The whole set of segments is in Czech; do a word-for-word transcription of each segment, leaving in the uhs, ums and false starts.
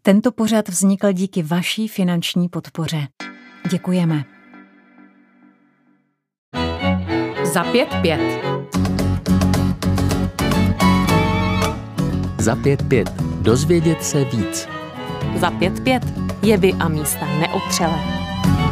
Tento pořad vznikl díky vaší finanční podpoře. Děkujeme. Za pět pět. Za pět pět. Dozvědět se víc. Za pět pět. Jevy a místa neotřelé.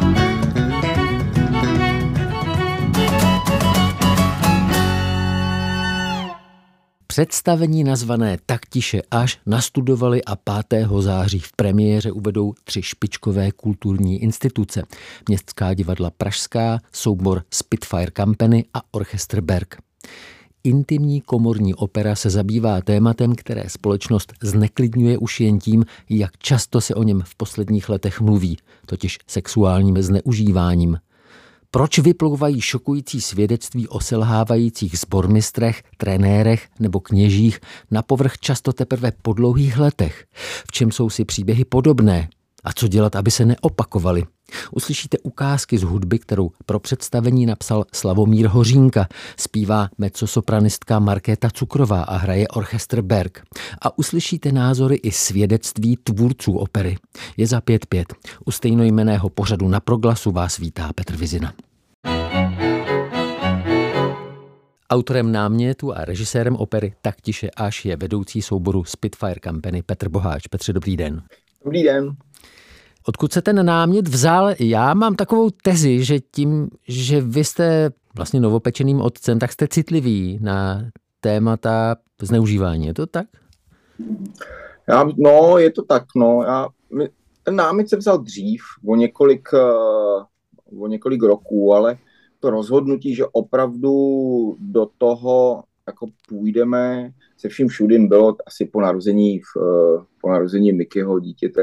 Představení nazvané Tak tiše až nastudovali a pátého září v premiéře uvedou tři špičkové kulturní instituce. Městská divadla Pražská, soubor Spitfire Company a orchestr Berg. Intimní komorní opera se zabývá tématem, které společnost zneklidňuje už jen tím, jak často se o něm v posledních letech mluví, totiž sexuálním zneužíváním. Proč vyplouvají šokující svědectví o selhávajících sbormistrech, trenérech nebo kněžích na povrch často teprve po dlouhých letech? V čem jsou si příběhy podobné? A co dělat, aby se neopakovaly? Uslyšíte ukázky z hudby, kterou pro představení napsal Slavomír Hořínka. Zpívá mezzosopranistka Markéta Cukrová a hraje orchestr Berg. A uslyšíte názory i svědectví tvůrců opery. Je za pět pět. U stejnojmenného pořadu Na Proglasu vás vítá Petr Vizina. Autorem námětu a režisérem opery Tak tiše až je vedoucí souboru Spitfire Company Petr Boháč. Petře, dobrý den. Dobrý den. Odkud se ten námět vzal? Já mám takovou tezi, že tím, že vy jste vlastně novopečeným otcem, tak jste citlivý na témata zneužívání. Je to tak? Já, no, je to tak. No. Já, ten námět se vzal dřív, o několik, o několik roků, ale to rozhodnutí, že opravdu do toho jako půjdeme, se vším všudy bylo asi po narození, v, po narození Mikyho dítěte.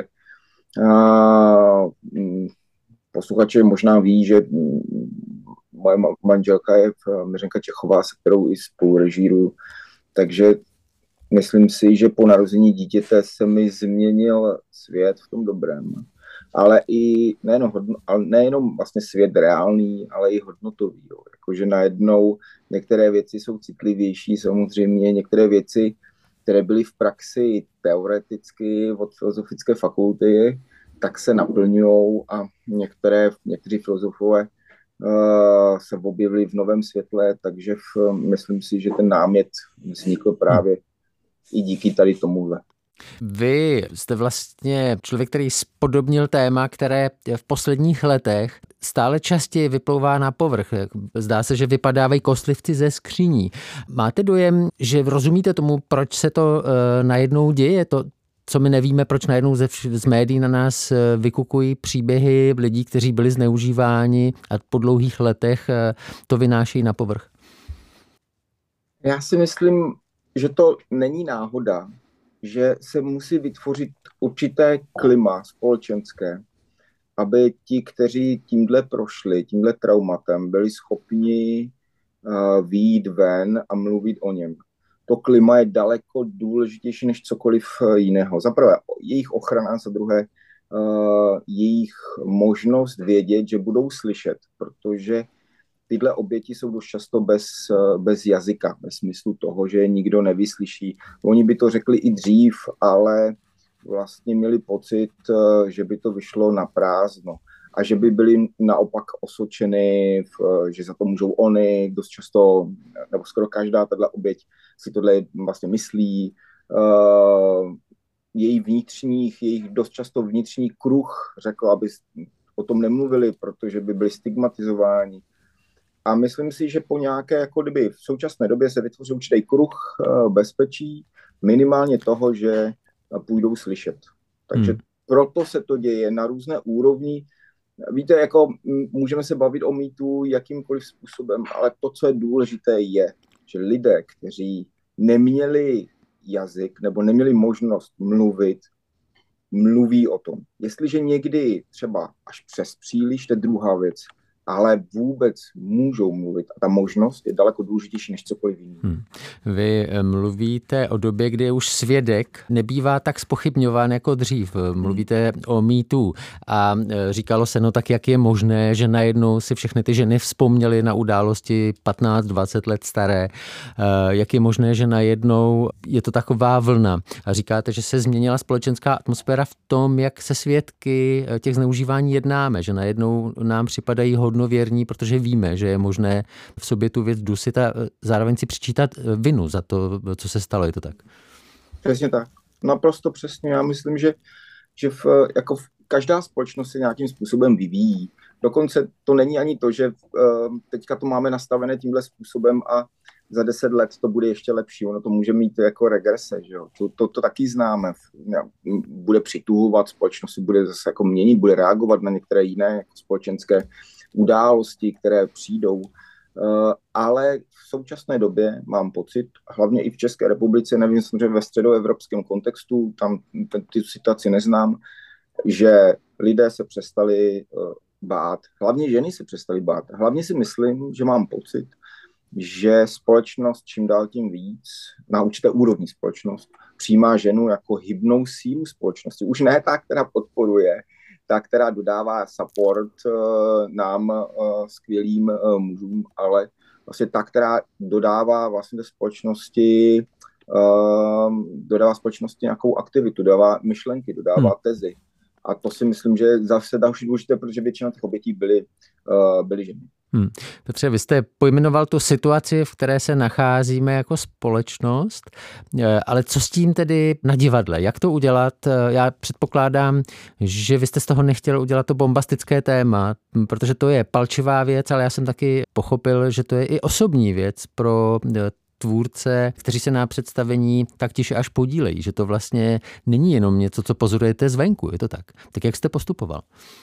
A posluchači možná ví, že moje manželka je Miřenka Čechová, se kterou i spolu režíruju, takže myslím si, že po narození dítěte se mi změnil svět v tom dobrém, ale i nejenom, hodno, ale nejenom vlastně svět reálný, ale i hodnotový, jo. Jakože najednou některé věci jsou citlivější, samozřejmě některé věci, které byly v praxi teoreticky od filozofické fakulty, tak se naplňují a některé, někteří filozofové uh, se objevili v novém světle, takže v, myslím si, že ten námět vznikl právě i díky tady tomuhle. Vy jste vlastně člověk, který spodobnil téma, které v posledních letech stále častěji vyplouvá na povrch. Zdá se, že vypadávají kostlivci ze skříní. Máte dojem, že rozumíte tomu, proč se to uh, najednou děje? To, co my nevíme, proč najednou ze, z médií na nás vykukují příběhy lidí, kteří byli zneužíváni a po dlouhých letech uh, to vynášejí na povrch? Já si myslím, že to není náhoda, že se musí vytvořit určité klima společenské, aby ti, kteří tímhle prošli, tímhle traumatem, byli schopni uh, vyjít ven a mluvit o něm. To klima je daleko důležitější než cokoliv jiného. Za prvé jejich ochrana, za druhé uh, jejich možnost vědět, že budou slyšet, protože tyhle oběti jsou dost často bez, bez jazyka, bez smyslu toho, že nikdo nevyslyší. Oni by to řekli i dřív, ale vlastně měli pocit, že by to vyšlo na prázdno a že by byli naopak osočeny, že za to můžou oni. Dost často, nebo skoro každá tato oběť si tohle vlastně myslí. Její vnitřních, jejich dost často vnitřní kruh řekl, aby o tom nemluvili, protože by byli stigmatizováni. A myslím si, že po nějaké, jako kdyby v současné době se vytvořil určitý kruh bezpečí, minimálně toho, že půjdou slyšet. Takže hmm. proto se to děje na různé úrovni. Víte, jako můžeme se bavit o mýtu jakýmkoliv způsobem, ale to, co je důležité, je, že lidé, kteří neměli jazyk nebo neměli možnost mluvit, mluví o tom. Jestliže někdy třeba až přes příliš, to je druhá věc, ale vůbec můžou mluvit. A ta možnost je daleko důležitější než cokoliv jiného. Hmm. Vy mluvíte o době, kdy už svědek nebývá tak zpochybňován jako dřív. Mluvíte o Me Too a říkalo se, no tak jak je možné, že najednou si všechny ty ženy vzpomněly na události patnáct dvacet let staré. Jak je možné, že najednou je to taková vlna. A říkáte, že se změnila společenská atmosféra v tom, jak se svědky těch zneužívání jednáme, že najednou nám připadají hodnověrní, protože víme, že je možné v sobě tu věc dusit a zároveň si přičítat vinu za to, co se stalo. Je to tak? Přesně tak. Naprosto přesně. Já myslím, že, že v, jako v, každá společnost se nějakým způsobem vyvíjí. Dokonce to není ani to, že teďka to máme nastavené tímhle způsobem a za deset let to bude ještě lepší. Ono to může mít jako regrese, že jo. To, to, to taky známe. Bude přituhovat, společnost se bude zase jako měnit, bude reagovat na některé jiné jako společenské události, které přijdou. Ale v současné době mám pocit, hlavně i v České republice, nevím, samozřejmě ve středoevropském kontextu, tam ty situaci neznám, že lidé se přestali bát, hlavně ženy se přestali bát. Hlavně si myslím, že mám pocit, že společnost čím dál tím víc, na určité úrovni společnost, přijímá ženu jako hybnou sílu společnosti. Už ne ta, která podporuje, ta, která dodává support uh, nám uh, skvělým uh, mužům, ale vlastně ta, která dodává vlastně té společnosti uh, dodává společnosti nějakou aktivitu, dodává myšlenky, dodává hmm. tezy. A to si myslím, že je zase další důležité, protože většina těch obětí byly, uh, byly ženy. Hmm. Petře, vy jste pojmenoval tu situaci, v které se nacházíme jako společnost, ale co s tím tedy na divadle? Jak to udělat? Já předpokládám, že vy jste z toho nechtěl udělat to bombastické téma, protože to je palčivá věc, ale já jsem taky pochopil, že to je i osobní věc pro tvůrce, kteří se na představení tak tiše až podílejí, že to vlastně není jenom něco, co pozorujete zvenku, je to tak? Tak jak jste postupoval?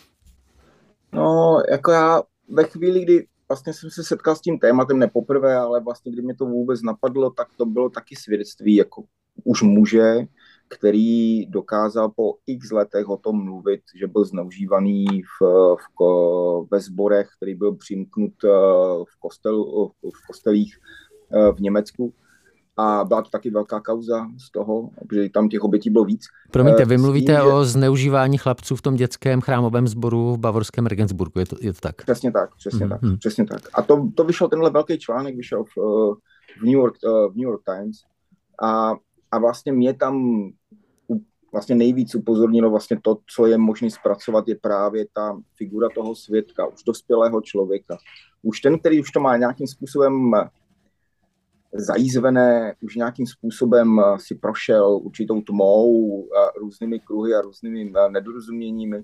No, jako já ve chvíli, kdy vlastně jsem se setkal s tím tématem nepoprvé, ale vlastně kdy mě to vůbec napadlo, tak to bylo taky svědectví jako už muže, který dokázal po x letech o tom mluvit, že byl zneužívaný v, v, ve sborech, který byl přimknut v, kostelu, v kostelích v Německu. A byla to taky velká kauza z toho, protože tam těch obětí bylo víc. Promiňte, vy mluvíte tím, o že... zneužívání chlapců v tom dětském chrámovém sboru v bavorském Regensburgu, je to, je to tak? Přesně tak, přesně mm-hmm. tak, přesně tak. A to, to vyšel, tenhle velký článek vyšel v, v, New, York, v New York Times a, a vlastně mě tam vlastně nejvíc upozornilo vlastně to, co je možné zpracovat, je právě ta figura toho svědka, už dospělého člověka. Už ten, který už to má nějakým způsobem zajízvené, už nějakým způsobem si prošel určitou tmou, různými kruhy a různými nedorozuměními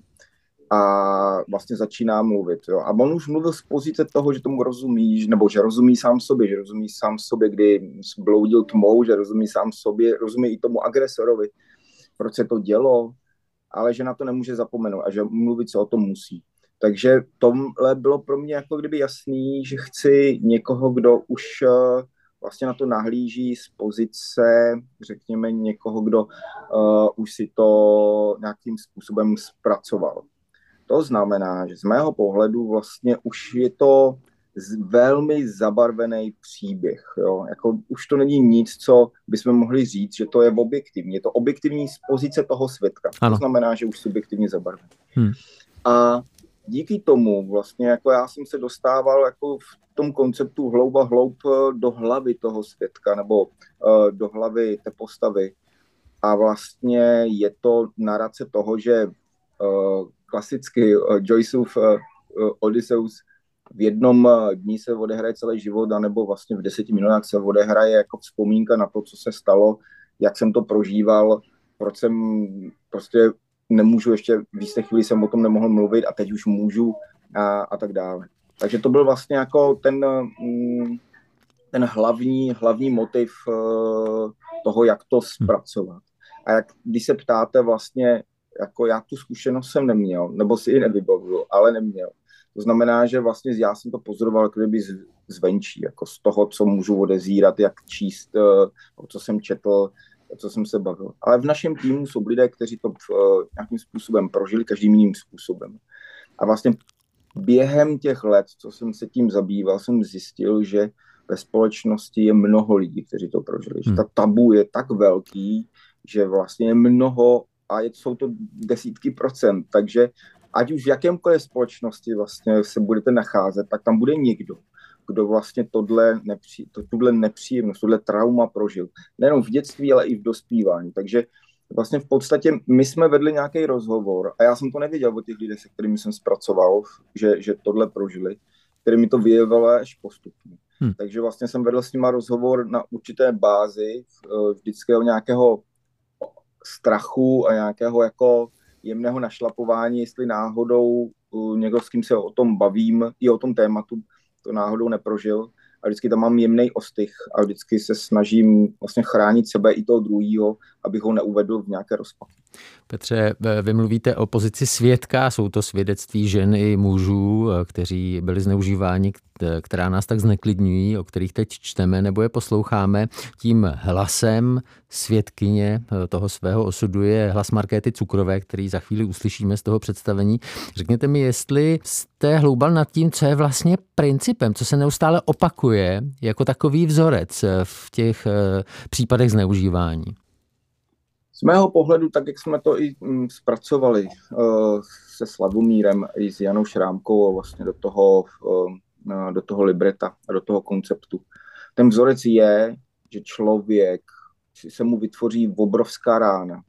a vlastně začíná mluvit. Jo. A on už mluvil z pozice toho, že tomu rozumí, nebo že rozumí sám sobě, že rozumí sám sobě, kdy bloudil tmou, že rozumí sám sobě, rozumí i tomu agresorovi, proč se to dělo, ale že na to nemůže zapomenout a že mluvit se o tom musí. Takže tohle bylo pro mě jako kdyby jasný, že chci někoho, kdo už vlastně na to nahlíží z pozice, řekněme, někoho, kdo uh, už si to nějakým způsobem zpracoval. To znamená, že z mého pohledu vlastně už je to velmi zabarvený příběh. Jo? Jako už to není nic, co bychom mohli říct, že to je objektivní. Je to objektivní z pozice toho svědka. Ano. To znamená, že už subjektivně zabarvený. Hmm. A díky tomu vlastně jako já jsem se dostával jako v tom konceptu hloub a hloub do hlavy toho svědka nebo uh, do hlavy té postavy. A vlastně je to narace toho, že uh, klasicky uh, Joyceův uh, Odysseus v jednom dní se odehraje celý život, anebo vlastně v deseti minutách se odehraje jako vzpomínka na to, co se stalo, jak jsem to prožíval, proč jsem prostě nemůžu ještě, v jisté chvíli jsem o tom nemohl mluvit a teď už můžu a, a tak dále. Takže to byl vlastně jako ten, ten hlavní, hlavní motiv toho, jak to zpracovat. A jak, když se ptáte vlastně, jako já tu zkušenost jsem neměl, nebo si ji nevybavil, ale neměl. To znamená, že vlastně já jsem to pozoroval kdyby zvenčí, jako z toho, co můžu odezírat, jak číst, co jsem četl, co jsem se bavil. Ale v našem týmu jsou lidé, kteří to nějakým způsobem prožili, každým jiným způsobem. A vlastně během těch let, co jsem se tím zabýval, jsem zjistil, že ve společnosti je mnoho lidí, kteří to prožili. Že ta tabu je tak velký, že vlastně je mnoho a je, jsou to desítky procent, takže ať už v jakémkoliv společnosti vlastně se budete nacházet, tak tam bude někdo, kdo vlastně tohle nepří, to, tuhle nepříjemnost, tohle trauma prožil. Nejenom v dětství, ale i v dospívání. Takže vlastně v podstatě my jsme vedli nějaký rozhovor a já jsem to nevěděl o těch lidech, se kterými jsem zpracoval, že, že tohle prožili, který mi to vyjevilo až postupně. Hmm. Takže vlastně jsem vedl s nima rozhovor na určité bázi vždyckého nějakého strachu a nějakého jako jemného našlapování, jestli náhodou někdo, s kým se o tom bavím, i o tom tématu, to náhodou neprožil. A vždycky tam mám jemnej ostych a vždycky se snažím vlastně chránit sebe i toho druhýho, abych ho neuvedl v nějaké rozpaky. Petře, vy mluvíte o pozici svědka, jsou to svědectví žen i mužů, kteří byli zneužíváni, která nás tak zneklidňují, o kterých teď čteme nebo je posloucháme. Tím hlasem svědkyně toho svého osudu je hlas Markéty Cukrové, který za chvíli uslyšíme z toho představení. Řekněte mi, jestli jste hloubal nad tím, co je vlastně principem, co se neustále opakuje jako takový vzorec v těch případech zneužívání. Z mého pohledu, tak jak jsme to i mm, zpracovali uh, se Slavomírem i s Janou Šrámkou vlastně do toho, uh, do toho libreta a do toho konceptu. Ten vzorec je, že člověk se mu vytvoří obrovská rána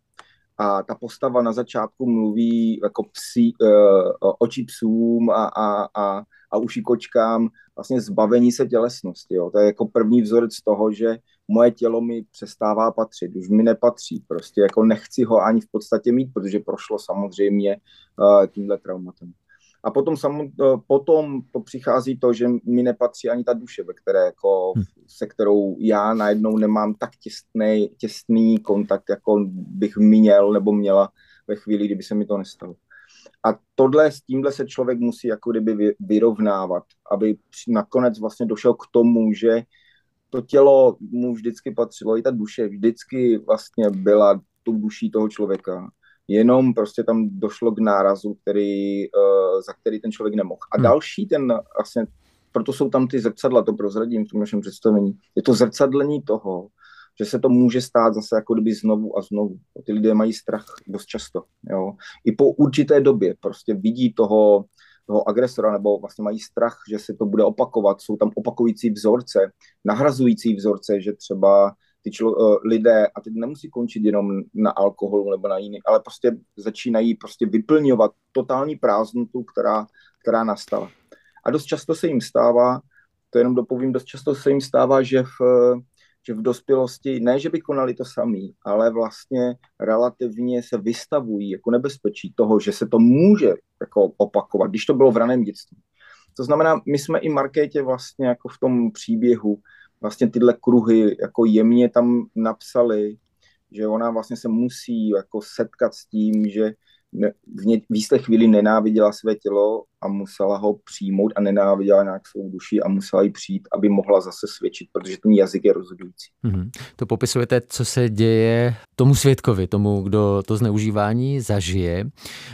a ta postava na začátku mluví jako psí, uh, oči psům a, a, a, a uši kočkám, vlastně zbavení se tělesnosti. Jo. To je jako první vzorec toho, že moje tělo mi přestává patřit, už mi nepatří, prostě jako nechci ho ani v podstatě mít, protože prošlo samozřejmě uh, tímhle traumatem. A potom, samo, uh, potom to přichází to, že mi nepatří ani ta duše, ve které jako, hmm. se kterou já najednou nemám tak těsný, těsný kontakt, jako bych měl nebo měla ve chvíli, kdyby se mi to nestalo. A tohle, s tímhle se člověk musí jako kdyby vyrovnávat, aby nakonec vlastně došel k tomu, že to tělo mu vždycky patřilo, i ta duše vždycky vlastně byla tou duší toho člověka. Jenom prostě tam došlo k nárazu, který, uh, za který ten člověk nemohl. A hmm. další ten vlastně, proto jsou tam ty zrcadla, to prozradím v tom našem představení, je to zrcadlení toho, že se to může stát zase jako kdyby znovu a znovu. Ty lidé mají strach dost často. Jo? I po určité době prostě vidí toho, toho agresora, nebo vlastně mají strach, že se to bude opakovat. Jsou tam opakující vzorce, nahrazující vzorce, že třeba ty člo, lidé, a teď nemusí končit jenom na alkoholu nebo na jiný, ale prostě začínají prostě vyplňovat totální prázdnotu, která, která nastala. A dost často se jim stává, to jenom dopovím, dost často se jim stává, že v, že v dospělosti, ne, že by konali to samý, ale vlastně relativně se vystavují jako nebezpečí toho, že se to může jako opakovat, když to bylo v raném dětství. To znamená, my jsme i Markétě vlastně jako v tom příběhu vlastně tyhle kruhy jako jemně tam napsali, že ona vlastně se musí jako setkat s tím, že ne, v, ně, v jisté chvíli nenáviděla své tělo a musela ho přijmout a nenáviděla nějak svou duši a musela jí přijít, aby mohla zase svědčit, protože ten jazyk je rozhodující. Mm-hmm. To popisujete, co se děje tomu svědkovi, tomu, kdo to zneužívání zažije,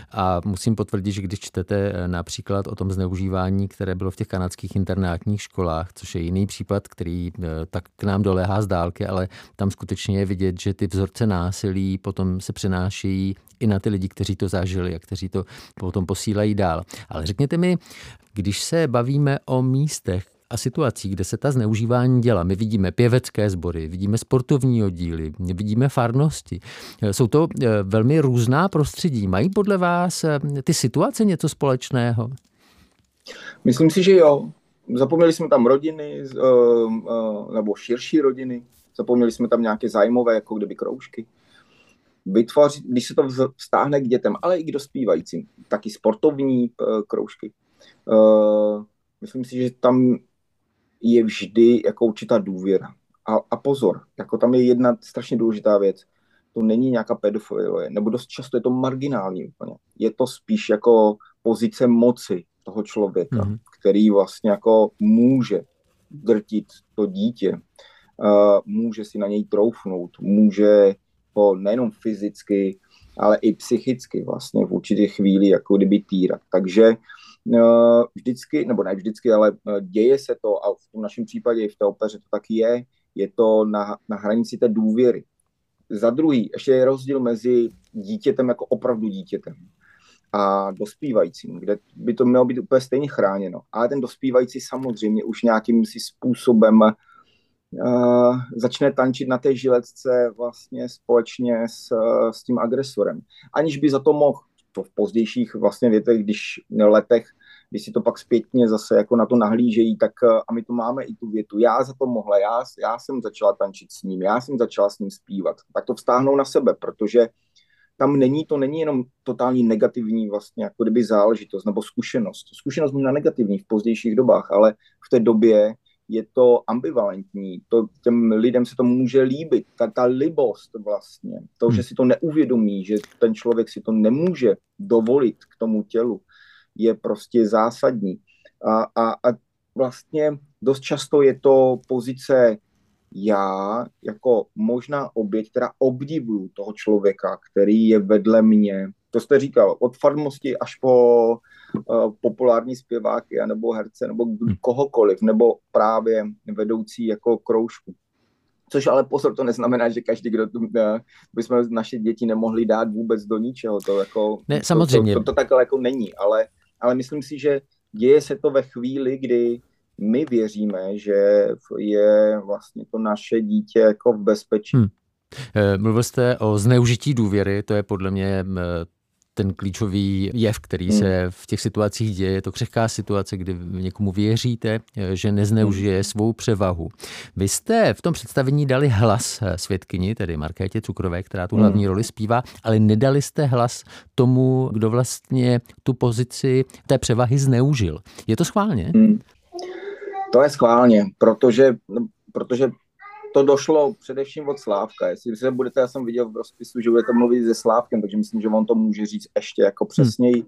a musím potvrdit, že když čtete například o tom zneužívání, které bylo v těch kanadských internátních školách, což je jiný případ, který tak k nám doléhá z dálky, ale tam skutečně je vidět, že ty vzorce násilí potom se přenášejí i na ty lidi, kteří to zažili a kteří to potom posílají dál. Ale řekněte mi, když se bavíme o místech a situacích, kde se ta zneužívání děla, my vidíme pěvecké sbory, vidíme sportovní oddíly, vidíme farnosti. Jsou to velmi různá prostředí. Mají podle vás ty situace něco společného? Myslím si, že jo. Zapomněli jsme tam rodiny, nebo širší rodiny. Zapomněli jsme tam nějaké zájmové, jako kdyby kroužky. Vytvořit, když se to vztáhne k dětem, ale i k dospívajícím, taky sportovní uh, kroužky. Uh, myslím si, že tam je vždy jako určitá důvěra. A, a pozor, jako tam je jedna strašně důležitá věc. To není nějaká pedofilie, nebo dost často je to marginální úplně. Je to spíš jako pozice moci toho člověka, mm-hmm. který vlastně jako může drtit to dítě, uh, může si na něj troufnout, může nejenom fyzicky, ale i psychicky vlastně v určité chvíli jako kdyby týrat. Takže vždycky, nebo ne vždycky, ale děje se to a v tom našem případě i v té opeře to taky je, je to na, na hranici té důvěry. Za druhý, ještě je rozdíl mezi dítětem jako opravdu dítětem a dospívajícím, kde by to mělo být úplně stejně chráněno. Ale ten dospívající samozřejmě už nějakým si způsobem uh, začne tančit na té žiletce vlastně společně s, s tím agresorem. Aniž by za to mohl. To v pozdějších vlastně větech, když letech, když si to pak zpětně zase jako na to nahlížejí, tak a my tu máme i tu větu, já za to mohla, já, já jsem začala tančit s ním, já jsem začala s ním zpívat. Tak to vztáhnou na sebe, protože tam není, to není jenom totální negativní vlastně jako kdyby záležitost nebo zkušenost. Zkušenost byla negativní v pozdějších dobách, ale v té době je to ambivalentní, to, těm lidem se to může líbit, ta, ta libost vlastně, to, že si to neuvědomí, že ten člověk si to nemůže dovolit k tomu tělu, je prostě zásadní. A, a, a vlastně dost často je to pozice já jako možná oběť, která obdivuju toho člověka, který je vedle mě. To jste říkal, od farmosti až po uh, populární zpěváky, nebo herce, nebo kohokoliv, nebo právě vedoucí jako kroužku. Což ale pozor, to neznamená, že každý, kdo tu, uh, bychom naše děti nemohli dát vůbec do ničeho. To jako, ne, samozřejmě. To, to, to, to takhle jako není, ale, ale myslím si, že děje se to ve chvíli, kdy my věříme, že je vlastně to naše dítě jako v bezpečí. Hmm. Mluvil jste o zneužití důvěry, to je podle mě ten klíčový jev, který hmm. se v těch situacích děje. Je to křehká situace, kdy někomu věříte, že nezneužije hmm. svou převahu. Vy jste v tom představení dali hlas svědkyni, tedy Markétě Cukrové, která tu hlavní hmm. roli zpívá, ale nedali jste hlas tomu, kdo vlastně tu pozici té převahy zneužil. Je to schválně? Hmm. To je schválně, protože, protože to došlo především od Slávka. Jestli se budete, já jsem viděl v rozpisu, že budete mluvit se Slávkem, takže myslím, že on to může říct ještě jako přesněji.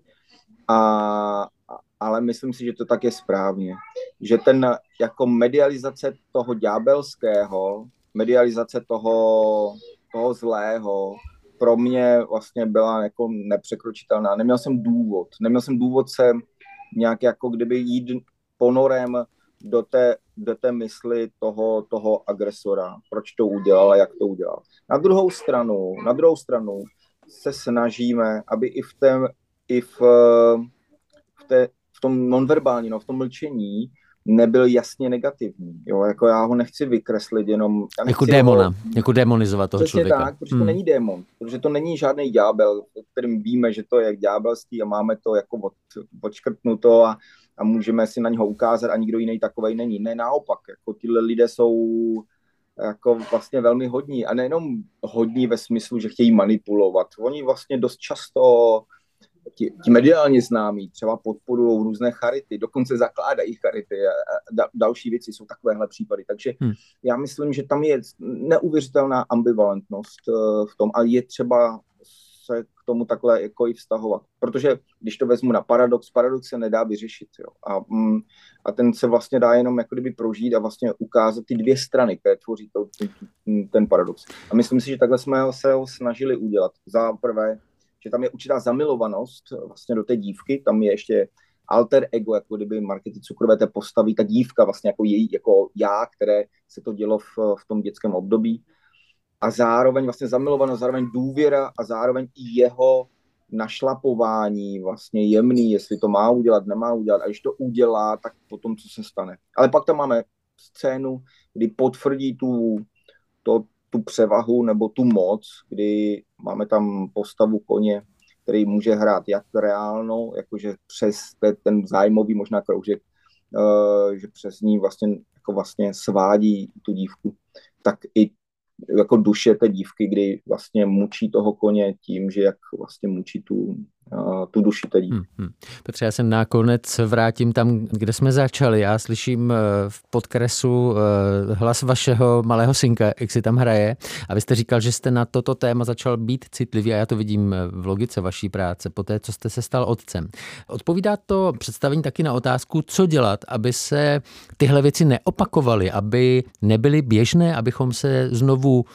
A, ale myslím si, že to tak je správně. Že ten jako medializace toho ďábelského, medializace toho, toho zlého, pro mě vlastně byla jako nepřekročitelná. Neměl jsem důvod. Neměl jsem důvod se nějak jako kdyby jít ponorem do té, do té mysli toho, toho agresora, proč to udělal a jak to udělal. Na druhou stranu, na druhou stranu se snažíme, aby i v, tém, i v, v, té, v tom nonverbální, no, v tom mlčení nebyl jasně negativní. Jo? Jako já ho nechci vykreslit jenom... Jako démona, ho, jako demonizovat toho člověka. Tak, protože hmm. to není démon, protože to není žádný ďábel, o kterém víme, že to je ďábelský a máme to jako od, odškrtnuto a a můžeme si na něho ukázat a nikdo jiný takovej není. Ne, naopak, jako tyhle lidé jsou jako vlastně velmi hodní a nejenom hodní ve smyslu, že chtějí manipulovat. Oni vlastně dost často ti, ti mediálně známí třeba podporují různé charity, dokonce zakládají charity a, a další věci jsou takovéhle případy. Takže hmm. já myslím, že tam je neuvěřitelná ambivalentnost v tom a je třeba se k tomu takhle jako i vztahovat. Protože když to vezmu na paradox, paradox se nedá vyřešit. Jo. A, mm, a ten se vlastně dá jenom jako kdyby prožít a vlastně ukázat ty dvě strany, které tvoří to, ten, ten paradox. A myslím si, že takhle jsme se ho snažili udělat. Za prvé, že tam je určitá zamilovanost vlastně do té dívky, tam je ještě alter ego, jako kdyby Markéty Cukrové té postaví, ta dívka vlastně jako její, jako já, které se to dělo v, v tom dětském období. A zároveň vlastně zamilovanost, zároveň důvěra a zároveň i jeho našlapování vlastně jemný, jestli to má udělat, nemá udělat. A když to udělá, tak potom co se stane. Ale pak tam máme scénu, kdy potvrdí tu, to, tu převahu nebo tu moc, kdy máme tam postavu koně, který může hrát jak reálnou, jakože přes ten zájmový možná kroužek, uh, že přes ní vlastně, jako vlastně svádí tu dívku, tak i jako duše té dívky, kdy vlastně mučí toho koně tím, že jak vlastně mučí tu, uh, tu duši té dívky. Hmm, hmm. Petře, já se nakonec vrátím tam, kde jsme začali. Já slyším v podkresu hlas vašeho malého synka, jak si tam hraje. A vy jste říkal, že jste na toto téma začal být citlivý a já to vidím v logice vaší práce, po té, co jste se stal otcem. Odpovídá to představení taky na otázku, co dělat, aby se tyhle věci neopakovaly, aby nebyly běžné, abychom se znovu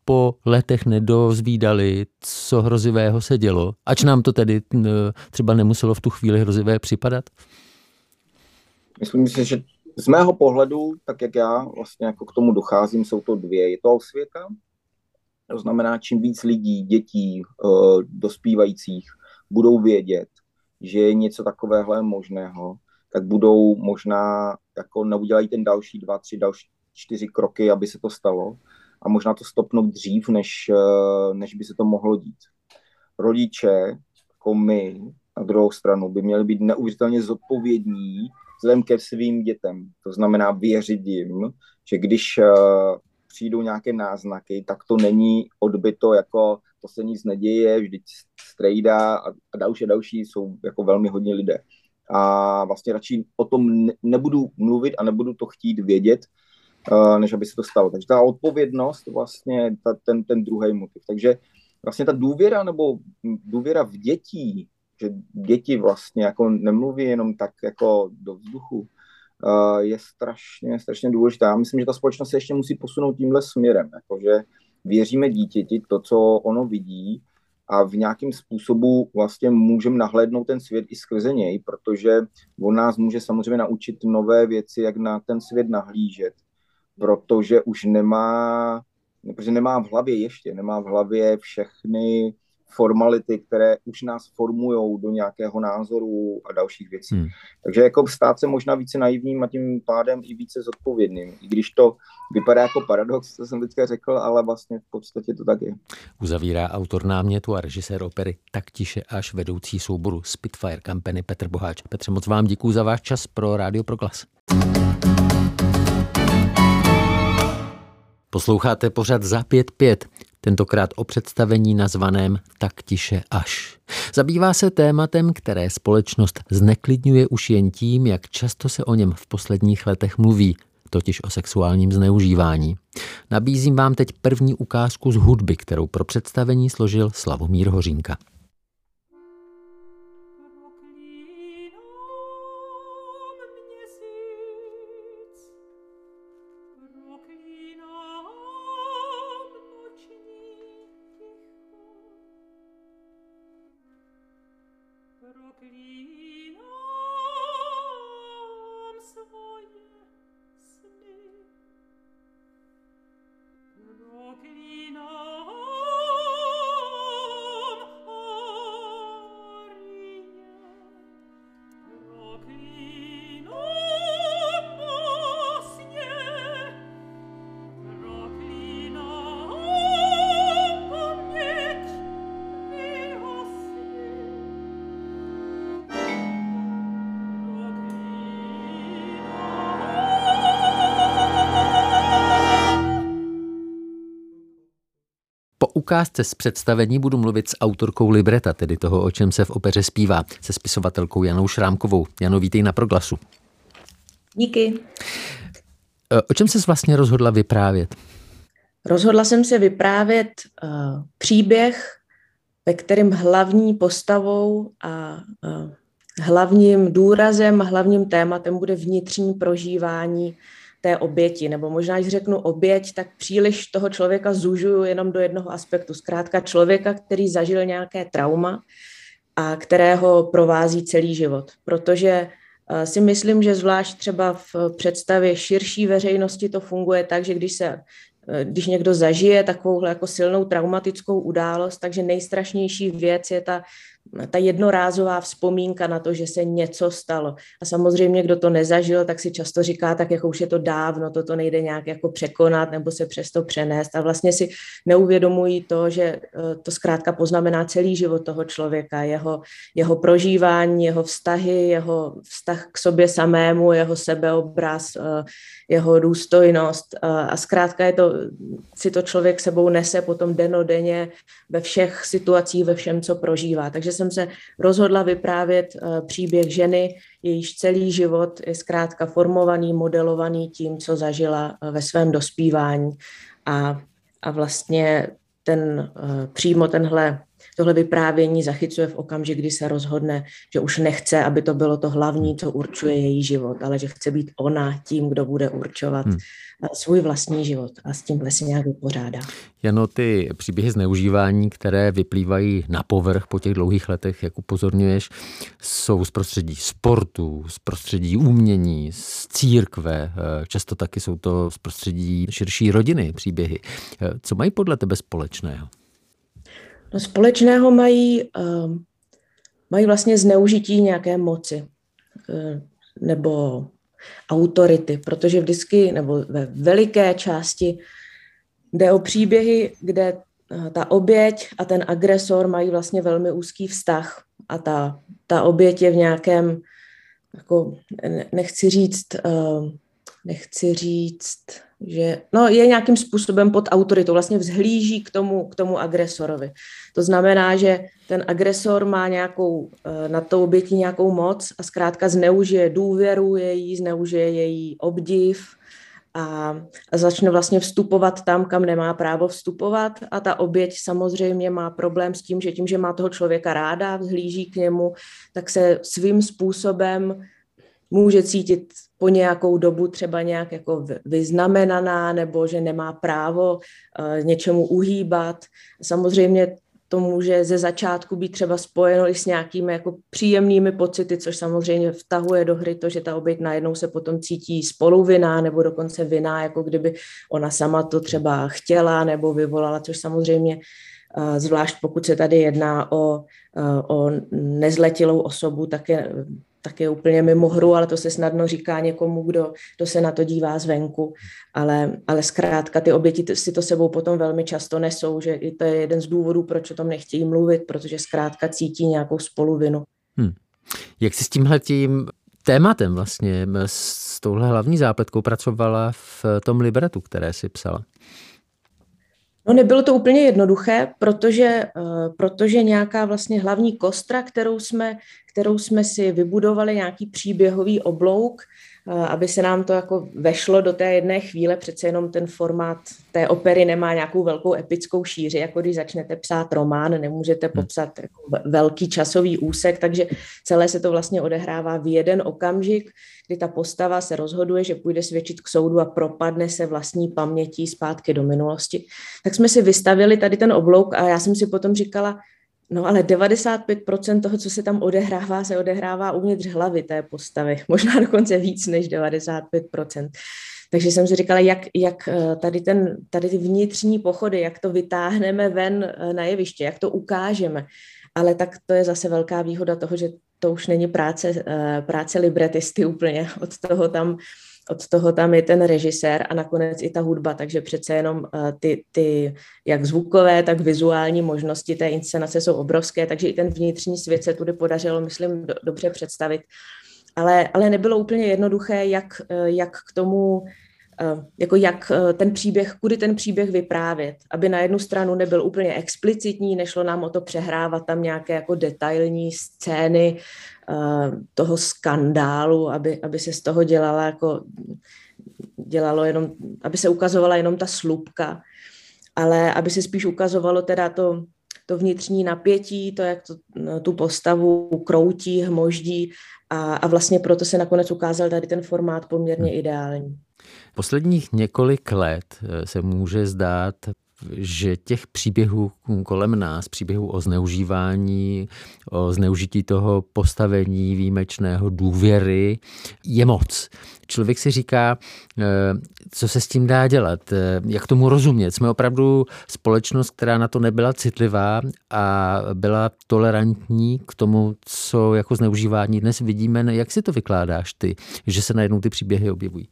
po letech nedozvídali, co hrozivého se dělo, ač nám to tedy třeba nemuselo v tu chvíli hrozivé připadat? Myslím si, že z mého pohledu, tak jak já vlastně jako k tomu docházím, jsou to dvě. Je to osvěta, to znamená, čím víc lidí, dětí, dospívajících budou vědět, že je něco takového možného, tak budou možná, jako neudělají ten další dva, tři, další čtyři kroky, aby se to stalo a možná to stopnout dřív, než, než by se to mohlo dít. Rodiče, jako my, na druhou stranu, by měli být neuvěřitelně zodpovědní vzhledem ke svým dětem. To znamená věřit jim, že když přijdou nějaké náznaky, tak to není odbyto jako to se nic neděje, vždyť strejda a, a další a další jsou jako velmi hodně lidé. A vlastně radši o tom ne, nebudu mluvit a nebudu to chtít vědět, uh, než aby se to stalo. Takže ta odpovědnost vlastně ta, ten, ten druhý motiv. Takže vlastně ta důvěra nebo důvěra v dětí, že děti vlastně jako nemluví jenom tak jako do vzduchu, uh, je strašně, strašně důležitá. Já myslím, že ta společnost se ještě musí posunout tímhle směrem, jakože věříme dítěti to, co ono vidí a v nějakém způsobu vlastně můžeme nahlédnout ten svět i skrze něj, protože on nás může samozřejmě naučit nové věci, jak na ten svět nahlížet, protože už nemá, protože nemá v hlavě ještě, nemá v hlavě všechny formality, které už nás formujou do nějakého názoru a dalších věcí. Hmm. Takže jako stát se možná více naivním a tím pádem i více zodpovědným. I když to vypadá jako paradox, co jsem teďka řekl, ale vlastně v podstatě to tak je. Uzavírá autor námětu a režisér opery Tak tiše až, vedoucí souboru Spitfire Company Petr Boháč. Petře, moc vám děkuju za váš čas pro Rádio Proglas. Posloucháte pořad Za pět pět, tentokrát o představení nazvaném Tak tiše až. Zabývá se tématem, které společnost zneklidňuje už jen tím, jak často se o něm v posledních letech mluví, totiž o sexuálním zneužívání. Nabízím vám teď první ukázku z hudby, kterou pro představení složil Slavomír Hořínka. Po ukázce z představení budu mluvit s autorkou libreta, tedy toho, o čem se v opeře zpívá, se spisovatelkou Janou Šrámkovou. Jano, vítej na Proglasu. Díky. O čem ses vlastně rozhodla vyprávět? Rozhodla jsem se vyprávět uh, příběh, ve kterém hlavní postavou a uh, hlavním důrazem a hlavním tématem bude vnitřní prožívání té oběti, nebo možná, když řeknu oběť, tak příliš toho člověka zužuju jenom do jednoho aspektu. Zkrátka člověka, který zažil nějaké trauma a kterého provází celý život. Protože si myslím, že zvlášť třeba v představě širší veřejnosti to funguje tak, že když se když někdo zažije takovouhle jako silnou traumatickou událost, takže nejstrašnější věc je ta, ta jednorázová vzpomínka na to, že se něco stalo. A samozřejmě, kdo to nezažil, tak si často říká, tak jako už je to dávno, toto nejde nějak jako překonat nebo se přes to přenést. A vlastně si neuvědomují to, že to zkrátka poznamená celý život toho člověka, jeho, jeho prožívání, jeho vztahy, jeho vztah k sobě samému, jeho sebeobraz, jeho důstojnost. A zkrátka je to, si to člověk sebou nese potom dennodenně ve všech situacích, ve všem, co prožívá. Takže jsem se rozhodla vyprávět příběh ženy, jejíž celý život je zkrátka formovaný, modelovaný tím, co zažila ve svém dospívání. A, a vlastně ten přímo tenhle, tohle vyprávění zachycuje v okamžik, kdy se rozhodne, že už nechce, aby to bylo to hlavní, co určuje její život, ale že chce být ona tím, kdo bude určovat hmm. svůj vlastní život a s tímhle se nějak vypořádá. Jano, ty příběhy zneužívání, které vyplývají na povrch po těch dlouhých letech, jak upozorňuješ, jsou z prostředí sportu, z prostředí umění, z církve, často taky jsou to z prostředí širší rodiny příběhy. Co mají podle tebe společného? No, společného mají, uh, mají vlastně zneužití nějaké moci uh, nebo autority, protože vždycky, nebo ve veliké části jde o příběhy, kde uh, ta oběť a ten agresor mají vlastně velmi úzký vztah a ta, ta oběť je v nějakém, jako, nechci říct, uh, nechci říct, že no, je nějakým způsobem pod autoritou, vlastně vzhlíží k tomu, k tomu agresorovi. To znamená, že ten agresor má nějakou, na tou obětí nějakou moc a zkrátka zneužije důvěru její, zneužije její obdiv a, a začne vlastně vstupovat tam, kam nemá právo vstupovat a ta oběť samozřejmě má problém s tím, že tím, že má toho člověka ráda, vzhlíží k němu, tak se svým způsobem může cítit po nějakou dobu třeba nějak jako vyznamenaná nebo že nemá právo uh, něčemu uhýbat. Samozřejmě to může ze začátku být třeba spojeno i s nějakými jako příjemnými pocity, což samozřejmě vtahuje do hry to, že ta oběť najednou se potom cítí spoluvinná nebo dokonce vinná, jako kdyby ona sama to třeba chtěla nebo vyvolala, což samozřejmě uh, zvlášť pokud se tady jedná o, uh, o nezletilou osobu, tak je tak je úplně mimo hru, ale to se snadno říká někomu, kdo, kdo se na to dívá zvenku. Ale, ale zkrátka ty oběti si to sebou potom velmi často nesou, že i to je jeden z důvodů, proč o tom nechtějí mluvit, protože zkrátka cítí nějakou spoluvinu. Hmm. Jak jsi s tímhletím tématem vlastně, s touhle hlavní zápletkou pracovala v tom libretu, které jsi psala? No, nebylo to úplně jednoduché, protože, uh, protože nějaká vlastně hlavní kostra, kterou jsme, kterou jsme si vybudovali, nějaký příběhový oblouk, uh, aby se nám to jako vešlo do té jedné chvíle, přece jenom ten formát té opery nemá nějakou velkou epickou šíři, jako když začnete psát román, nemůžete popsat jako velký časový úsek, takže celé se to vlastně odehrává v jeden okamžik, kdy ta postava se rozhoduje, že půjde svědčit k soudu a propadne se vlastní pamětí zpátky do minulosti. Tak jsme si vystavili tady ten oblouk a já jsem si potom říkala, no ale devadesát pět procent toho, co se tam odehrává, se odehrává uvnitř hlavy té postavy. Možná dokonce víc než devadesát pět procent. Takže jsem si říkala, jak, jak tady, ten, tady ty vnitřní pochody, jak to vytáhneme ven na jeviště, jak to ukážeme. Ale tak to je zase velká výhoda toho, že to už není práce, práce libretisty úplně. Od toho tam, od toho tam je ten režisér a nakonec i ta hudba, takže přece jenom ty, ty jak zvukové, tak vizuální možnosti té inscenace jsou obrovské, takže i ten vnitřní svět se tudy podařilo, myslím, do, dobře představit. Ale, ale nebylo úplně jednoduché, jak, jak k tomu, jako jak ten příběh, kudy ten příběh vyprávět, aby na jednu stranu nebyl úplně explicitní, nešlo nám o to přehrávat tam nějaké jako detailní scény toho skandálu, aby, aby se z toho dělala jako, dělalo jenom, aby se ukazovala jenom ta slupka, ale aby se spíš ukazovalo teda to, to vnitřní napětí, to, jak to, tu postavu kroutí, hmoždí a, a vlastně proto se nakonec ukázal tady ten formát poměrně ideální. Posledních několik let se může zdát, že těch příběhů kolem nás, příběhů o zneužívání, o zneužití toho postavení výjimečného, důvěry, je moc. Člověk si říká, co se s tím dá dělat, jak tomu rozumět. Jsme opravdu společnost, která na to nebyla citlivá a byla tolerantní k tomu, co jako zneužívání dnes vidíme. Jak si to vykládáš ty, že se najednou ty příběhy objevují?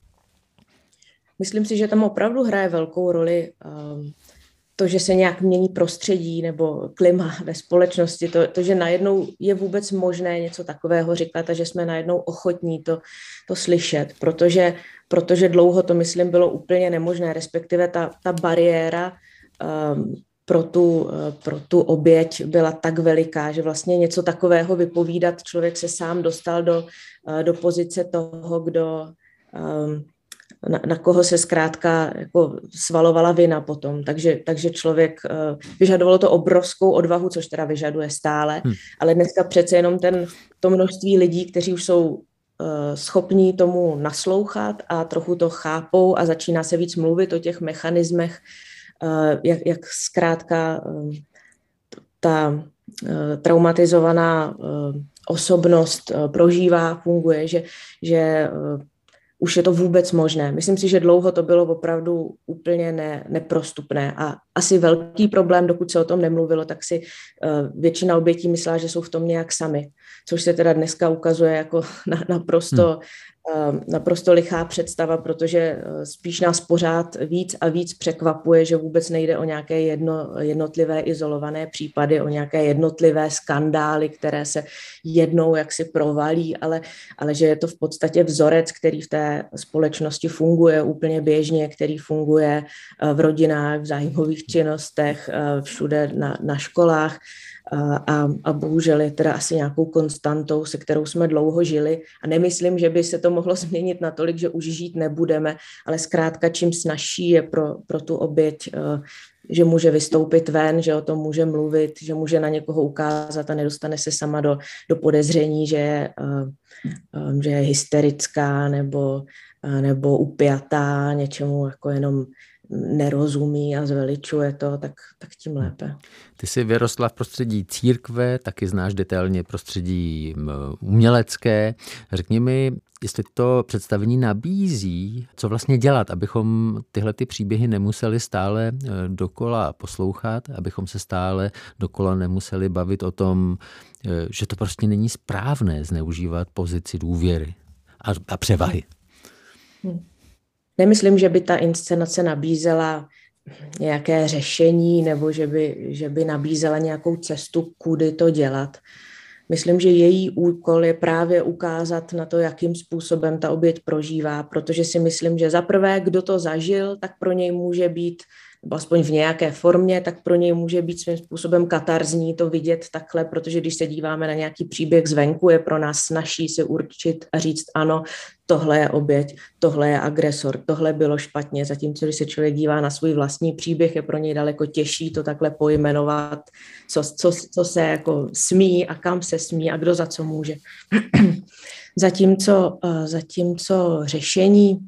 Myslím si, že tam opravdu hraje velkou roli um, to, že se nějak mění prostředí nebo klima ve společnosti, to, to, že najednou je vůbec možné něco takového říkat a že jsme najednou ochotní to, to slyšet, protože, protože dlouho to, myslím, bylo úplně nemožné, respektive ta, ta bariéra um, pro, tu, pro tu oběť byla tak veliká, že vlastně něco takového vypovídat, člověk se sám dostal do, do pozice toho, kdo... Um, na, na koho se zkrátka jako svalovala vina potom. Takže, takže člověk, vyžadovalo to obrovskou odvahu, což teda vyžaduje stále, hmm. ale dneska přece jenom ten, to množství lidí, kteří už jsou schopní tomu naslouchat a trochu to chápou a začíná se víc mluvit o těch mechanismech, jak, jak zkrátka ta traumatizovaná osobnost prožívá, funguje, že, že už je to vůbec možné. Myslím si, že dlouho to bylo opravdu úplně ne, neprostupné a asi velký problém, dokud se o tom nemluvilo, tak si uh, většina obětí myslela, že jsou v tom nějak sami, což se teda dneska ukazuje jako na, naprosto, hmm. uh, naprosto lichá představa, protože uh, spíš nás pořád víc a víc překvapuje, že vůbec nejde o nějaké jedno, jednotlivé izolované případy, o nějaké jednotlivé skandály, které se jednou jaksi provalí, ale, ale že je to v podstatě vzorec, který v té společnosti funguje úplně běžně, který funguje v rodinách, v zájmových činnostech, všude na, na školách a, a bohužel je teda asi nějakou konstantou, se kterou jsme dlouho žili a nemyslím, že by se to mohlo změnit natolik, že už žít nebudeme, ale zkrátka čím snazší je pro, pro tu oběť, že může vystoupit ven, že o tom může mluvit, že může na někoho ukázat a nedostane se sama do, do podezření, že je, že je hysterická nebo, nebo upjatá, něčemu jako jenom nerozumí a zveličuje to, tak, tak tím lépe. Ty jsi vyrostla v prostředí církve, taky znáš detailně prostředí umělecké. Řekni mi, jestli to představení nabízí, co vlastně dělat, abychom tyhle ty příběhy nemuseli stále dokola poslouchat, abychom se stále dokola nemuseli bavit o tom, že to prostě není správné zneužívat pozici důvěry a, a převahy. Hmm. Nemyslím, že by ta inscenace nabízela nějaké řešení nebo že by, že by nabízela nějakou cestu, kudy to dělat. Myslím, že její úkol je právě ukázat na to, jakým způsobem ta oběť prožívá, protože si myslím, že za prvé, kdo to zažil, tak pro něj může být, nebo aspoň v nějaké formě, tak pro něj může být svým způsobem katarzní to vidět takhle, protože když se díváme na nějaký příběh zvenku, je pro nás snazší si určit a říct ano, tohle je oběť, tohle je agresor, tohle bylo špatně, zatímco když se člověk dívá na svůj vlastní příběh, je pro něj daleko těžší to takhle pojmenovat, co, co, co se jako smí a kam se smí a kdo za co může. zatímco, zatímco řešení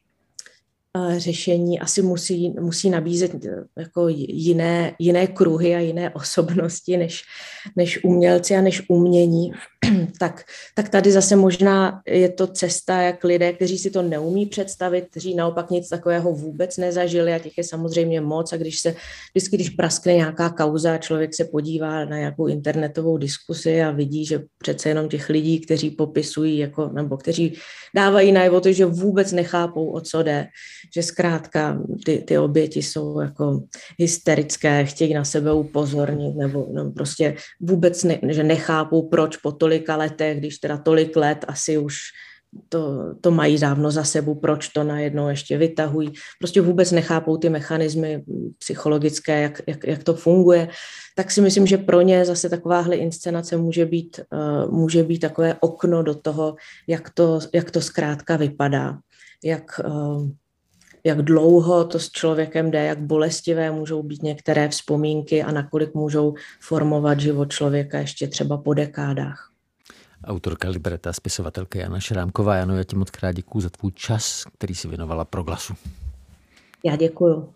řešení asi musí, musí nabízet jako jiné, jiné kruhy a jiné osobnosti než, než umělci a než umění, tak, tak tady zase možná je to cesta, jak lidé, kteří si to neumí představit, kteří naopak nic takového vůbec nezažili a těch je samozřejmě moc a když se vždycky, když praskne nějaká kauza, člověk se podívá na nějakou internetovou diskusi a vidí, že přece jenom těch lidí, kteří popisují, jako, nebo kteří dávají najevo to, že vůbec nechápou, o co jde, že zkrátka ty, ty oběti jsou jako hysterické, chtějí na sebe upozornit, nebo, nebo prostě vůbec ne, že nechápou, proč po tolika letech, když teda tolik let asi už to, to mají dávno za sebou, proč to najednou ještě vytahují. Prostě vůbec nechápou ty mechanismy psychologické, jak, jak, jak to funguje. Tak si myslím, že pro ně zase takováhle inscenace může být, uh, může být takové okno do toho, jak to, jak to zkrátka vypadá. Jak... Uh, jak dlouho to s člověkem jde, jak bolestivé můžou být některé vzpomínky a nakolik můžou formovat život člověka ještě třeba po dekádách. Autorka libreta, spisovatelka Jana Šrámková. Jano, já ti moc krát děkuju za tvůj čas, který si věnovala Proglasu. Já děkuju.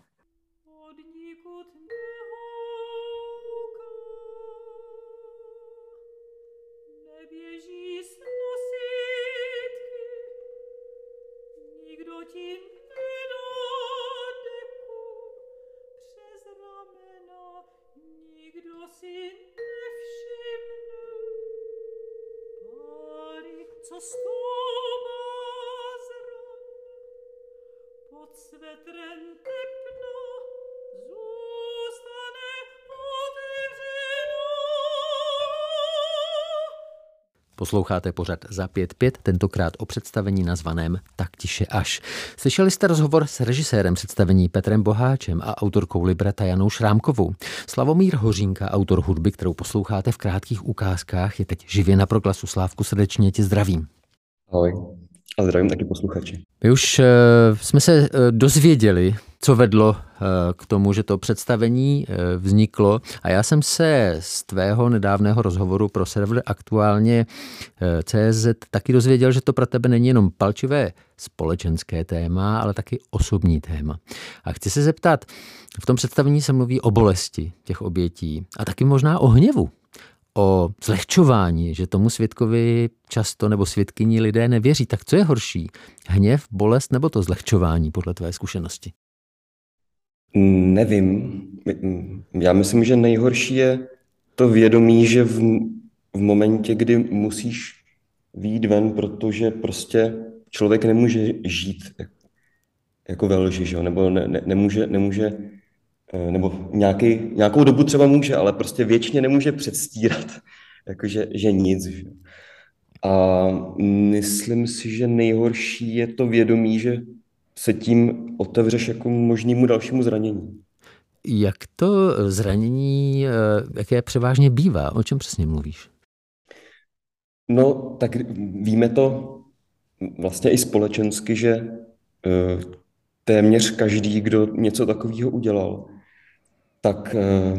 Co stoupá zran, pod svetrem tepno zůstane otevřeno. Posloucháte pořad Za pět pět, tentokrát o představení nazvaném Tak tiše až. Slyšeli jste rozhovor s režisérem představení Petrem Boháčem a autorkou libreta Janou Šrámkovou. Slavomír Hořínka, autor hudby, kterou posloucháte v krátkých ukázkách, je teď živě na Proglasu. Slávku, srdečně tě zdravím. Ahoj. a zdravím taky posluchači. My už uh, jsme se uh, dozvěděli, co vedlo uh, k tomu, že to představení uh, vzniklo, a já jsem se z tvého nedávného rozhovoru pro server Aktuálně uh, C Z taky dozvěděl, že to pro tebe není jenom palčivé společenské téma, ale taky osobní téma. A chci se zeptat, v tom představení se mluví o bolesti těch obětí a taky možná o hněvu, o zlehčování, že tomu svědkovi často nebo svědkyni lidé nevěří. Tak co je horší? Hněv, bolest nebo to zlehčování podle tvé zkušenosti? Nevím. Já myslím, že nejhorší je to vědomí, že v, v momentě, kdy musíš vyjít ven, protože prostě člověk nemůže žít jako ve lži, že? Nebo ne, ne, nemůže, nemůže nebo nějaký, nějakou dobu třeba může, ale prostě věčně nemůže předstírat, jakože, že nic. Že? A myslím si, že nejhorší je to vědomí, že se tím otevřeš jako možnému dalšímu zranění. Jak to zranění, jaké převážně bývá? O čem přesně mluvíš? No, tak víme to vlastně i společensky, že téměř každý, kdo něco takového udělal, tak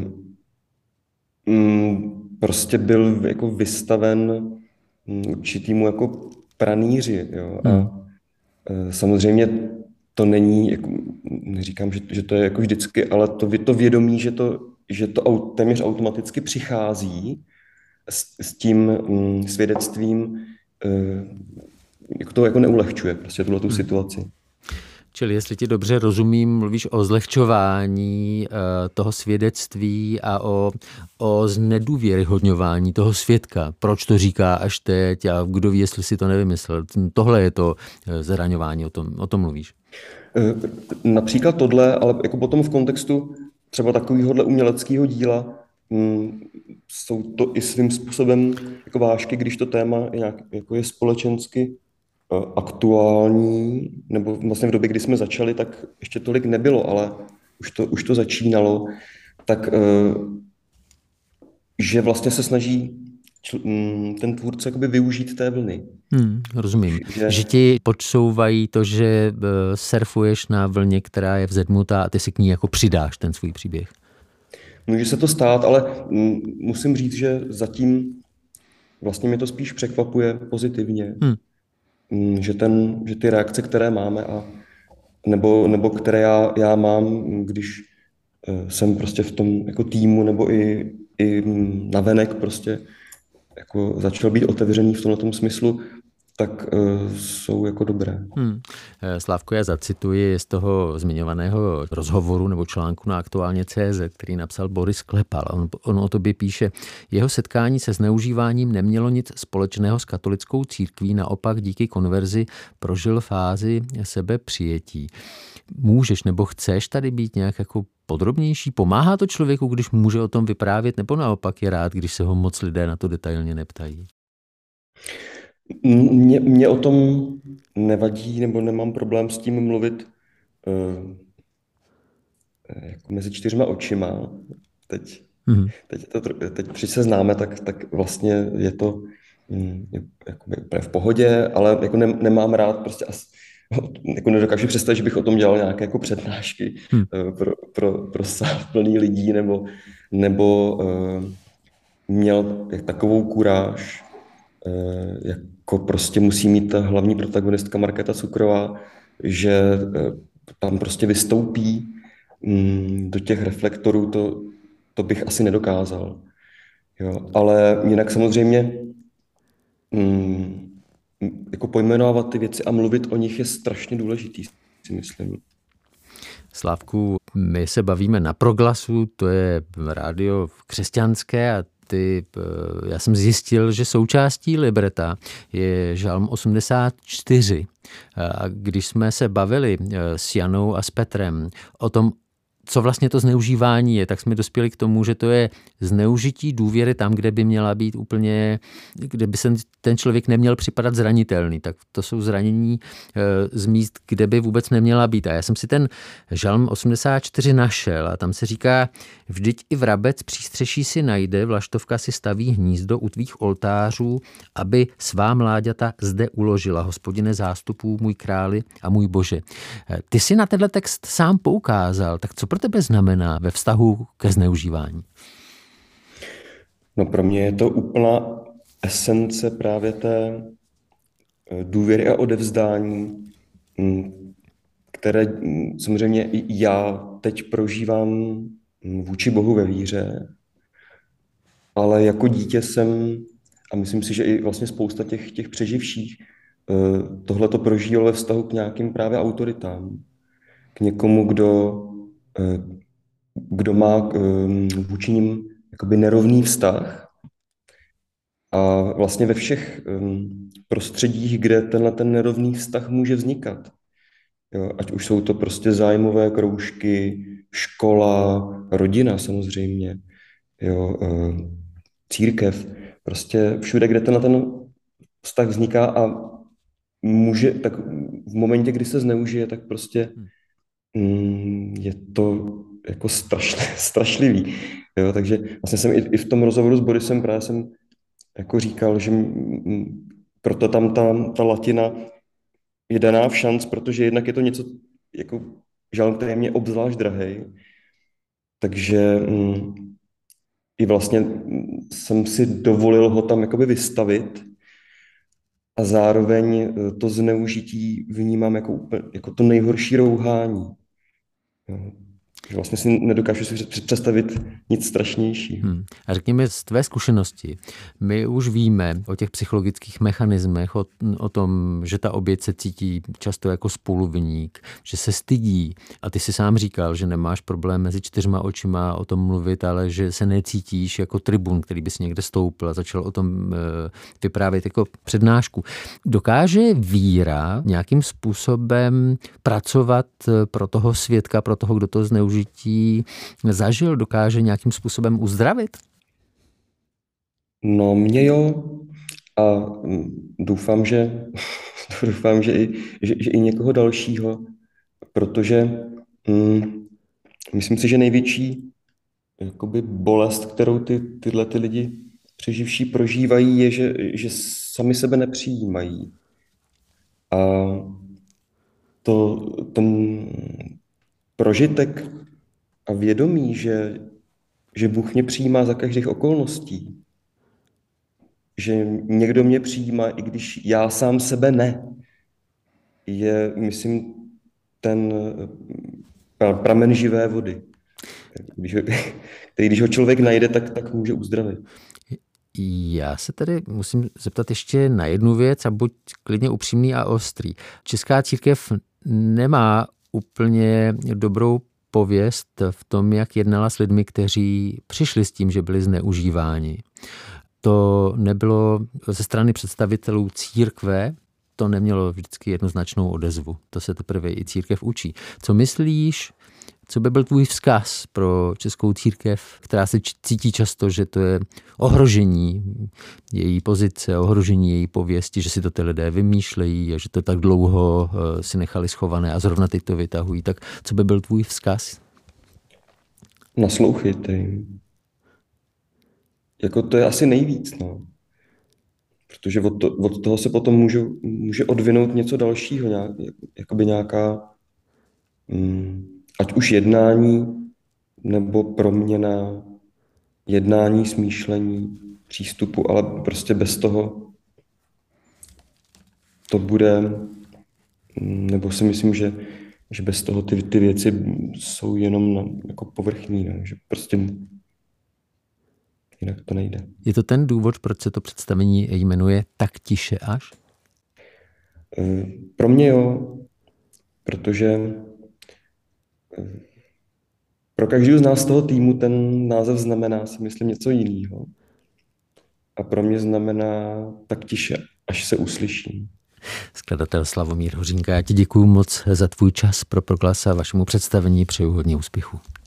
mm, prostě byl jako vystaven určitýmu jako pranýři. Jo? A hmm. samozřejmě to není, jako, neříkám, že, že to je jako vždycky, ale to, to vědomí, že to, že to téměř automaticky přichází s, s tím mm, svědectvím, jako to jako neulehčuje prostě tuhle tu hmm. situaci. Čili jestli ti dobře rozumím, mluvíš o zlehčování toho svědectví a o, o znedůvěryhodňování toho svědka. Proč to říká až teď a kdo ví, jestli si to nevymyslel. Tohle je to zraňování, o tom, o tom mluvíš. Například tohle, ale jako potom v kontextu třeba takovéhohle uměleckého díla m, jsou to i svým způsobem jako vážky, když to téma je, nějak, jako je společensky aktuální, nebo vlastně v době, kdy jsme začali, tak ještě tolik nebylo, ale už to, už to začínalo, tak že vlastně se snaží ten tvůrce jakoby využít té vlny. Hmm, rozumím. Že... že ti podsouvají to, že surfuješ na vlně, která je vzedmutá a ty si k ní jako přidáš ten svůj příběh. Může se to stát, ale musím říct, že zatím vlastně mě to spíš překvapuje pozitivně. Hmm. Že, ten, že ty reakce, které máme, a, nebo, nebo které já, já mám, když jsem prostě v tom jako týmu, nebo i, i navenek prostě jako začal být otevřený v tomto smyslu, tak uh, jsou jako dobré. Hmm. Slávko, já zacituji z toho zmiňovaného rozhovoru nebo článku na Aktuálně C Z, který napsal Boris Klepal. On, on o tobě píše, jeho setkání se zneužíváním nemělo nic společného s katolickou církví, naopak díky konverzi prožil fázi sebepřijetí. Můžeš nebo chceš tady být nějak jako podrobnější? Pomáhá to člověku, když může o tom vyprávět, nebo naopak je rád, když se ho moc lidé na to detailně neptají? Mě, mě o tom nevadí, nebo nemám problém s tím mluvit uh, jako mezi čtyřma očima. Teď, mm-hmm. teď, to, teď když se známe, tak, tak vlastně je to um, jakoby úplně v pohodě, ale jako ne, nemám rád prostě as, jako nedokážu představit, že bych o tom dělal nějaké jako přednášky mm. uh, pro, pro, pro sál plný lidí, nebo, nebo uh, měl takovou kuráž, uh, jak jako prostě musí mít ta hlavní protagonistka Markéta Cukrová, že tam prostě vystoupí do těch reflektorů, to, to bych asi nedokázal. Jo, ale jinak samozřejmě jako pojmenovat ty věci a mluvit o nich je strašně důležitý, si myslím. Slávku, my se bavíme na Proglasu, to je rádio křesťanské a ty, já jsem zjistil, že součástí libreta je žalm osmdesát čtyři. A když jsme se bavili s Janou a s Petrem o tom co vlastně to zneužívání je, tak jsme dospěli k tomu, že to je zneužití důvěry tam, kde by měla být úplně, kde by se ten člověk neměl připadat zranitelný. Tak to jsou zranění e, z míst, kde by vůbec neměla být. A já jsem si ten Žalm osmdesát čtyři našel a tam se říká, vždyť i vrabec přístřeší si najde, vlaštovka si staví hnízdo u tvých oltářů, aby svá mláďata zde uložila. Hospodine zástupů, můj králi a můj Bože. Ty si na tenhle text sám poukázal, tak co pro tebe znamená ve vztahu ke zneužívání? No pro mě je to úplná esence právě té důvěry a odevzdání, které samozřejmě já teď prožívám vůči Bohu ve víře, ale jako dítě jsem, a myslím si, že i vlastně spousta těch, těch přeživších, tohle to prožívalo ve vztahu k nějakým právě autoritám. K někomu, kdo, kdo má vůči nim jakoby nerovný vztah. A vlastně ve všech prostředích, kde tenhle ten nerovný vztah může vznikat. Jo, ať už jsou to prostě zájmové kroužky, škola, rodina samozřejmě, jo, církev. Prostě všude, kde tenhle ten vztah vzniká a může, tak v momentě, kdy se zneužije, tak prostě mm, je to jako strašně, strašlivý. Jo, takže vlastně jsem i, i v tom rozhovoru s Borisem právě jsem jako říkal, že m, proto tam ta, ta latina je daná v šanc, protože jednak je to něco, jako žalm, který je mě obzvlášť drahej. Takže m, i vlastně jsem si dovolil ho tam jakoby vystavit a zároveň to zneužití vnímám jako, úplně, jako to nejhorší rouhání. Jo. Vlastně si nedokážu si představit nic strašnějšího. Hmm. A řekněme z tvé zkušenosti, my už víme o těch psychologických mechanismech, o, o tom, že ta oběť se cítí často jako spoluviník, že se stydí. A ty si sám říkal, že nemáš problém mezi čtyřma očima o tom mluvit, ale že se necítíš jako tribun, který by si někde stoupil a začal o tom e, vyprávět jako přednášku. Dokáže víra nějakým způsobem pracovat pro toho svědka, pro toho, kdo to zneužívá, žití zažil, dokáže nějakým způsobem uzdravit? No mě jo a doufám, že doufám, že i, že, že i někoho dalšího, protože hm, myslím si, že největší jakoby bolest, kterou ty, tyhle ty lidi přeživší prožívají, je, že, že sami sebe nepřijímají. A to, tom prožitek a vědomí, že, že Bůh mě přijímá za každých okolností, že někdo mě přijímá, i když já sám sebe ne, je, myslím, ten pramen živé vody, když ho, který, když ho člověk najde, tak, tak může uzdravit. Já se tady musím zeptat ještě na jednu věc a buď klidně upřímný a ostrý. Česká církev nemá úplně dobrou pověst v tom, jak jednala s lidmi, kteří přišli s tím, že byli zneužíváni. To nebylo ze strany představitelů církve, to nemělo vždycky jednoznačnou odezvu. To se teprve i církev učí. Co myslíš, co by byl tvůj vzkaz pro českou církev, která se cítí často, že to je ohrožení její pozice, ohrožení její pověsti, že si to ty lidé vymýšlejí a že to tak dlouho si nechali schované a zrovna teď to vytahují. Tak co by byl tvůj vzkaz? Naslouchejte jim. Jako to je asi nejvíc, no. Protože od, to, od toho se potom můžu, může odvinout něco dalšího, nějak, jakoby nějaká, mm, ať už jednání, nebo proměna jednání, smýšlení, přístupu, ale prostě bez toho to bude, nebo si myslím, že, že bez toho ty, ty věci jsou jenom na, jako povrchní, ne? Že prostě jinak to nejde. Je to ten důvod, proč se to představení jmenuje Tak tiše až? Pro mě jo, protože pro každého z nás z toho týmu ten název znamená, si myslím, něco jiného. A pro mě znamená Tak tiše, až se uslyším. Skladatel Slavomír Hořínka, já ti děkuju moc za tvůj čas pro Proglas a vašemu představení přeju hodně úspěchu.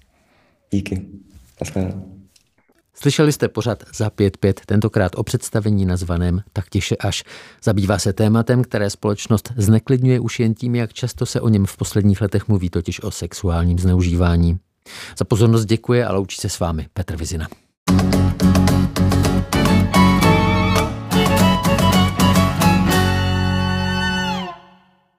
Díky. Naschledanou. Slyšeli jste pořad Za pět pět, tentokrát o představení nazvaném Tak tiše až. Zabývá se tématem, které společnost zneklidňuje už jen tím, jak často se o něm v posledních letech mluví, totiž o sexuálním zneužívání. Za pozornost děkuje a loučí se s vámi Petr Vizina.